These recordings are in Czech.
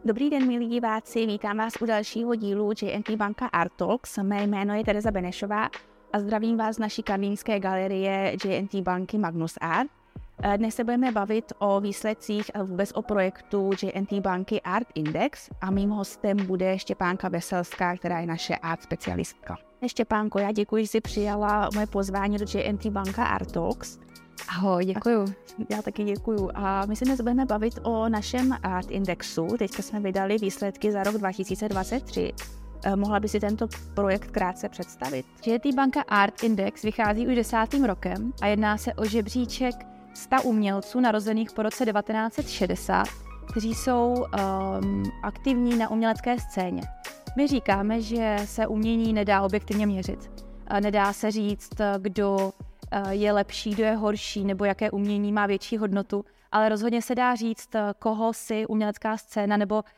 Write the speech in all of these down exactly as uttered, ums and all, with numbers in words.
Dobrý den, milí diváci, vítám vás u dalšího dílu J and T Banka Art Talks. Mé jméno je Tereza Benešová a zdravím vás z naší karlínské galerie J and T Banky Magnus Art. Dnes se budeme bavit o výsledcích a vůbec o projektu J and T Banky Art Index a mým hostem bude Štěpánka Veselská, která je naše art specialistka. Štěpánko, já děkuji, že jsi přijala moje pozvání do J and T Banka Art Talks. Ahoj, děkuju. Já taky děkuju. A my se dnes budeme bavit o našem Art Indexu. Teďka jsme vydali výsledky za rok dva tisíce dvacet tři. Mohla by si tento projekt krátce představit? J and T Banka Art Index vychází už desátým rokem a jedná se o žebříček sta umělců narozených po roce devatenáct set šedesát, kteří jsou um, aktivní na umělecké scéně. My říkáme, že se umění nedá objektivně měřit. Nedá se říct, kdo je lepší, kdo je horší, nebo jaké umění má větší hodnotu, ale rozhodně se dá říct, koho si umělecká scéna nebo uh,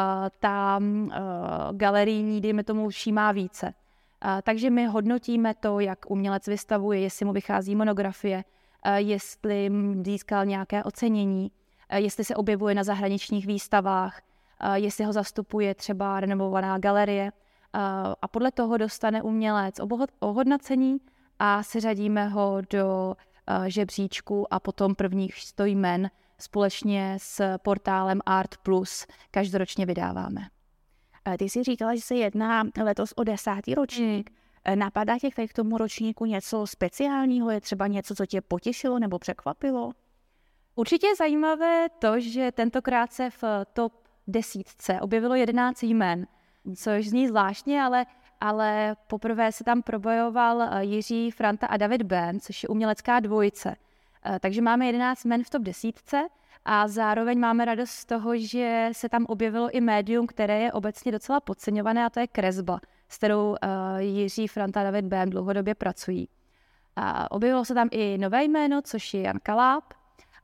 ta uh, galerijní, dejme tomu, všímá více. Uh, takže my hodnotíme to, jak umělec vystavuje, jestli mu vychází monografie, uh, jestli získal nějaké ocenění, uh, jestli se objevuje na zahraničních výstavách, uh, jestli ho zastupuje třeba renomovaná galerie. Uh, a podle toho dostane umělec ohodnocení a seřadíme ho do uh, žebříčku a potom prvních sto jmen společně s portálem Art Plus každoročně vydáváme. Ty jsi říkala, že se jedná letos o desátý ročník. Hmm. Napadá tě k tomu ročníku něco speciálního? Je třeba něco, co tě potěšilo nebo překvapilo? Určitě je zajímavé to, že tentokrát se v top desítce objevilo jedenáct jmen, což zní zvláštně, ale ale poprvé se tam probojoval Jiří Franta a David Ben, což je umělecká dvojice. Takže máme jedenáct jmen v top desítce a zároveň máme radost z toho, že se tam objevilo i médium, které je obecně docela podceňované, a to je kresba, s kterou Jiří Franta a David Ben dlouhodobě pracují. Objevilo se tam i nové jméno, což je Jan Kaláb,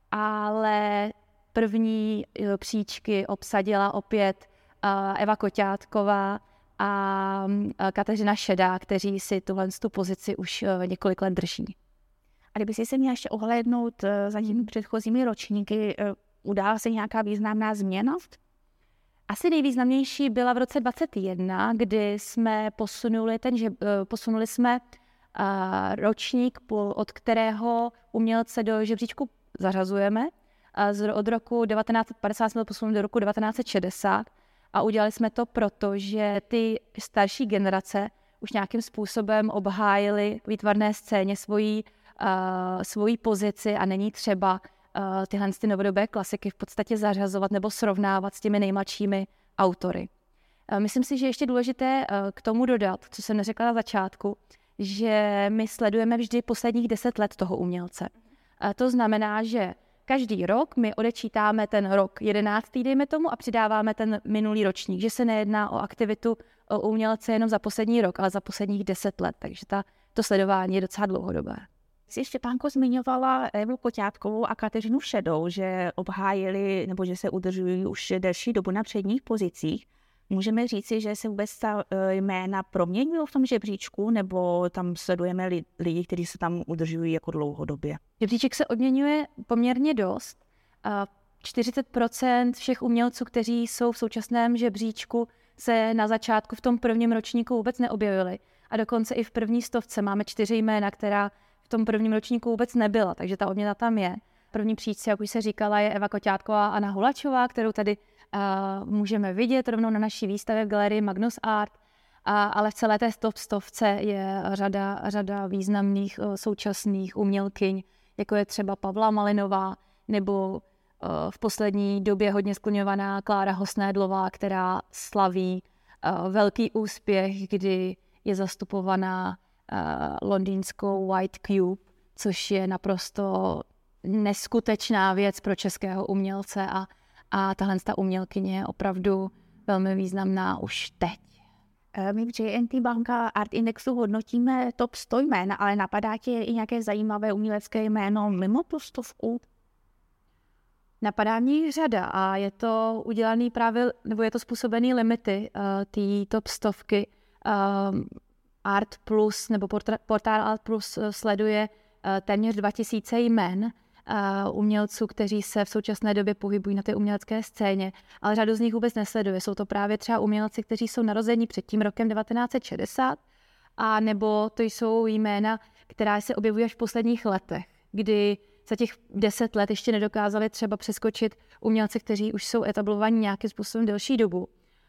ale první příčky obsadila opět Eva Koťátková a Kateřina Šedá, kteří si tuhle tu pozici už několik let drží. A kdyby si se měla ještě ohlédnout za těmi předchozími ročníky, udála se nějaká významná změna? Asi nejvýznamnější byla v roce dvacet jedna, kdy jsme posunuli, ten, že, posunuli jsme ročník, od kterého umělce do žebříčku zařazujeme. Od roku devatenáct set padesát jsme to posunuli do roku devatenáct set šedesát. A udělali jsme to proto, že ty starší generace už nějakým způsobem obhájily výtvarné scéně svoji, uh, svoji pozici a není třeba uh, tyhle ty novodobé klasiky v podstatě zařazovat nebo srovnávat s těmi nejmladšími autory. Uh, myslím si, že ještě důležité uh, k tomu dodat, co jsem neřekla na začátku, že my sledujeme vždy posledních deset let toho umělce. Uh, to znamená, že každý rok my odečítáme ten rok jedenáctý, dejme tomu, a přidáváme ten minulý ročník, že se nejedná o aktivitu o umělce jenom za poslední rok, ale za posledních deset let, takže ta, to sledování je docela dlouhodobé. Jsi Štěpánko zmiňovala Evu Koťátkovou a Kateřinu Šedou, že obhájili nebo že se udržují už delší dobu na předních pozicích. Můžeme říci, že se vůbec ta jména proměňují v tom žebříčku, nebo tam sledujeme lidi, kteří se tam udržují jako dlouhodobě? Žebříček se odměňuje poměrně dost. čtyřicet procent všech umělců, kteří jsou v současném žebříčku, se na začátku v tom prvním ročníku vůbec neobjevili. A dokonce i v první stovce máme čtyři jména, která v tom prvním ročníku vůbec nebyla, takže ta odměna tam je. První příčce, jak už se říkala, je Eva Koťátková a Anna Hulačová, kterou tady Uh, můžeme vidět rovnou na naší výstavě v galerii Magnus Art, uh, ale v celé té top stovce je řada, řada významných uh, současných umělkyň, jako je třeba Pavla Malinová, nebo uh, v poslední době hodně skloňovaná Klára Hosnédlová, která slaví uh, velký úspěch, kdy je zastupovaná uh, londýnskou White Cube, což je naprosto neskutečná věc pro českého umělce a A tahle ta umělkyně je opravdu velmi významná už teď. My v J and T Banka Art Indexu hodnotíme top sto jmén, ale napadá tě i nějaké zajímavé umělecké jméno mimo tu stovku? Napadá mě jich řada a je to udělaný právě, nebo je to způsobený limity uh, té top stovky. Uh, Art Plus nebo portál Art Plus sleduje uh, téměř dva tisíce jmen. uh, umělců, kteří se v současné době pohybují na té umělecké scéně, ale řadu z nich vůbec nesleduje. Jsou to právě třeba umělci, kteří jsou narození před tím rokem devatenáct set šedesát, a nebo to jsou jména, která se objevují až v posledních letech, kdy za těch deset let ještě nedokázali třeba přeskočit umělci, kteří už jsou etablovaní nějakým způsobem delší dobu.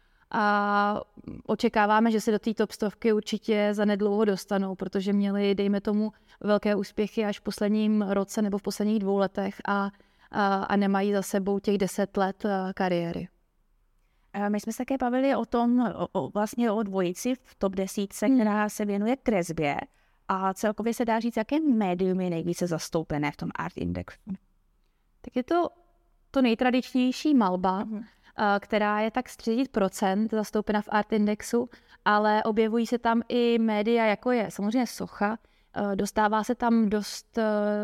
A očekáváme, že se do té top stovky určitě zanedlouho dostanou, protože měli, dejme tomu, velké úspěchy až v posledním roce nebo v posledních dvou letech a, a, a nemají za sebou těch deset let kariéry. My jsme se také bavili o tom, o, vlastně o dvojici v top desítce, hmm. která se věnuje kresbě. A celkově se dá říct, jaké médium je nejvíce zastoupené v tom Art Indexu? Tak je to to nejtradičnější malba, uh-huh. která je tak z třicet procent zastoupena v Art Indexu, ale objevují se tam i média, jako je samozřejmě socha. Dostává se tam dost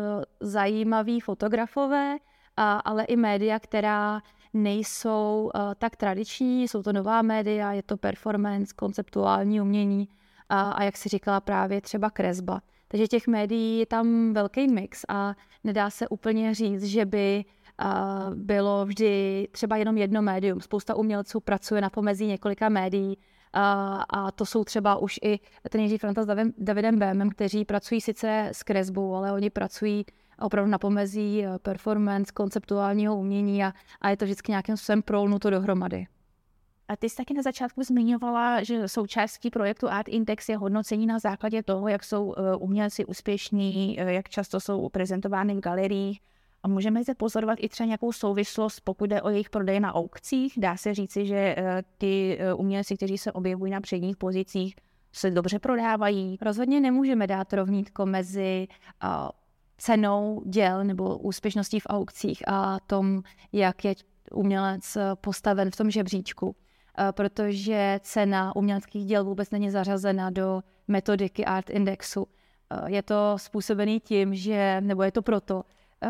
zajímaví fotografové, ale i média, která nejsou tak tradiční. Jsou to nová média, je to performance, konceptuální umění, A, a jak si říkala právě třeba kresba. Takže těch médií je tam velký mix a nedá se úplně říct, že by a, bylo vždy třeba jenom jedno médium. Spousta umělců pracuje na pomezí několika médií a, a to jsou třeba už i trenéři Franta s Davidem Bémem, kteří pracují sice s kresbou, ale oni pracují opravdu na pomezí performance, konceptuálního umění a, a je to vždycky nějakým způsobem prolnuto dohromady. A ty jsi taky na začátku zmiňovala, že součástí projektu Art Index je hodnocení na základě toho, jak jsou umělci úspěšní, jak často jsou prezentovány v galeriích. A můžeme zde pozorovat i třeba nějakou souvislost, pokud jde o jejich prodej na aukcích. Dá se říci, že ty umělci, kteří se objevují na předních pozicích, se dobře prodávají. Rozhodně nemůžeme dát rovnítko mezi uh, cenou děl nebo úspěšností v aukcích a tom, jak je umělec postaven v tom žebříčku. Protože cena uměleckých děl vůbec není zařazena do metodiky Art Indexu. Je to způsobený tím, že, nebo je to proto,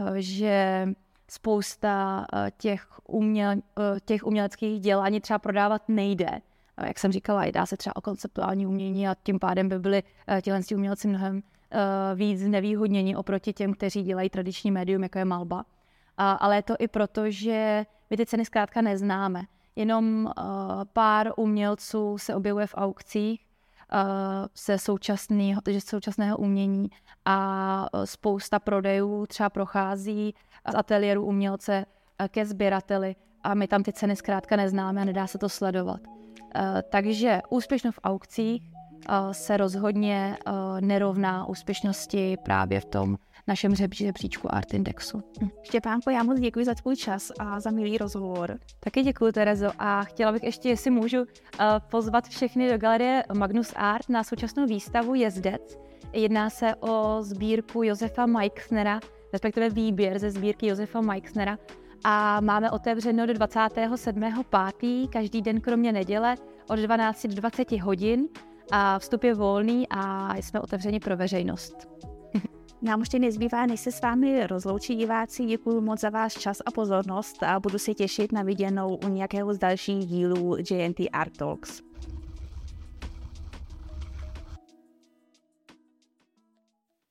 že spousta těch, uměl, těch uměleckých děl ani třeba prodávat nejde. Jak jsem říkala, dá se třeba o konceptuální umění a tím pádem by byli těhle umělci mnohem víc znevýhodněni oproti těm, kteří dělají tradiční médium, jako je malba. Ale je to i proto, že my ty ceny zkrátka neznáme. Jenom uh, pár umělců se objevuje v aukcích uh, se současného, z současného umění a spousta prodejů třeba prochází z ateliéru umělce uh, ke sběrateli a my tam ty ceny zkrátka neznáme a nedá se to sledovat. Uh, takže úspěšnost v aukcích uh, se rozhodně uh, nerovná úspěšnosti právě v tom našem žebříčku Art Indexu. Štěpánko, já moc děkuji za tvůj čas a za milý rozhovor. Taky děkuji, Terezo. A chtěla bych ještě, jestli můžu, pozvat všechny do galerie Magnus Art na současnou výstavu Jezdec. Jedná se o sbírku Josefa Meixnera, respektive výběr ze sbírky Josefa Meixnera. A máme otevřeno do dvacátého sedmého pátého každý den kromě neděle od dvanácti do dvaceti hodin. A vstup je volný a jsme otevřeni pro veřejnost. Nám už teď nezbývá, než se s vámi rozloučí diváci. Děkuji moc za váš čas a pozornost a budu se těšit na viděnou u nějakého z dalších dílů J and T Art Talks.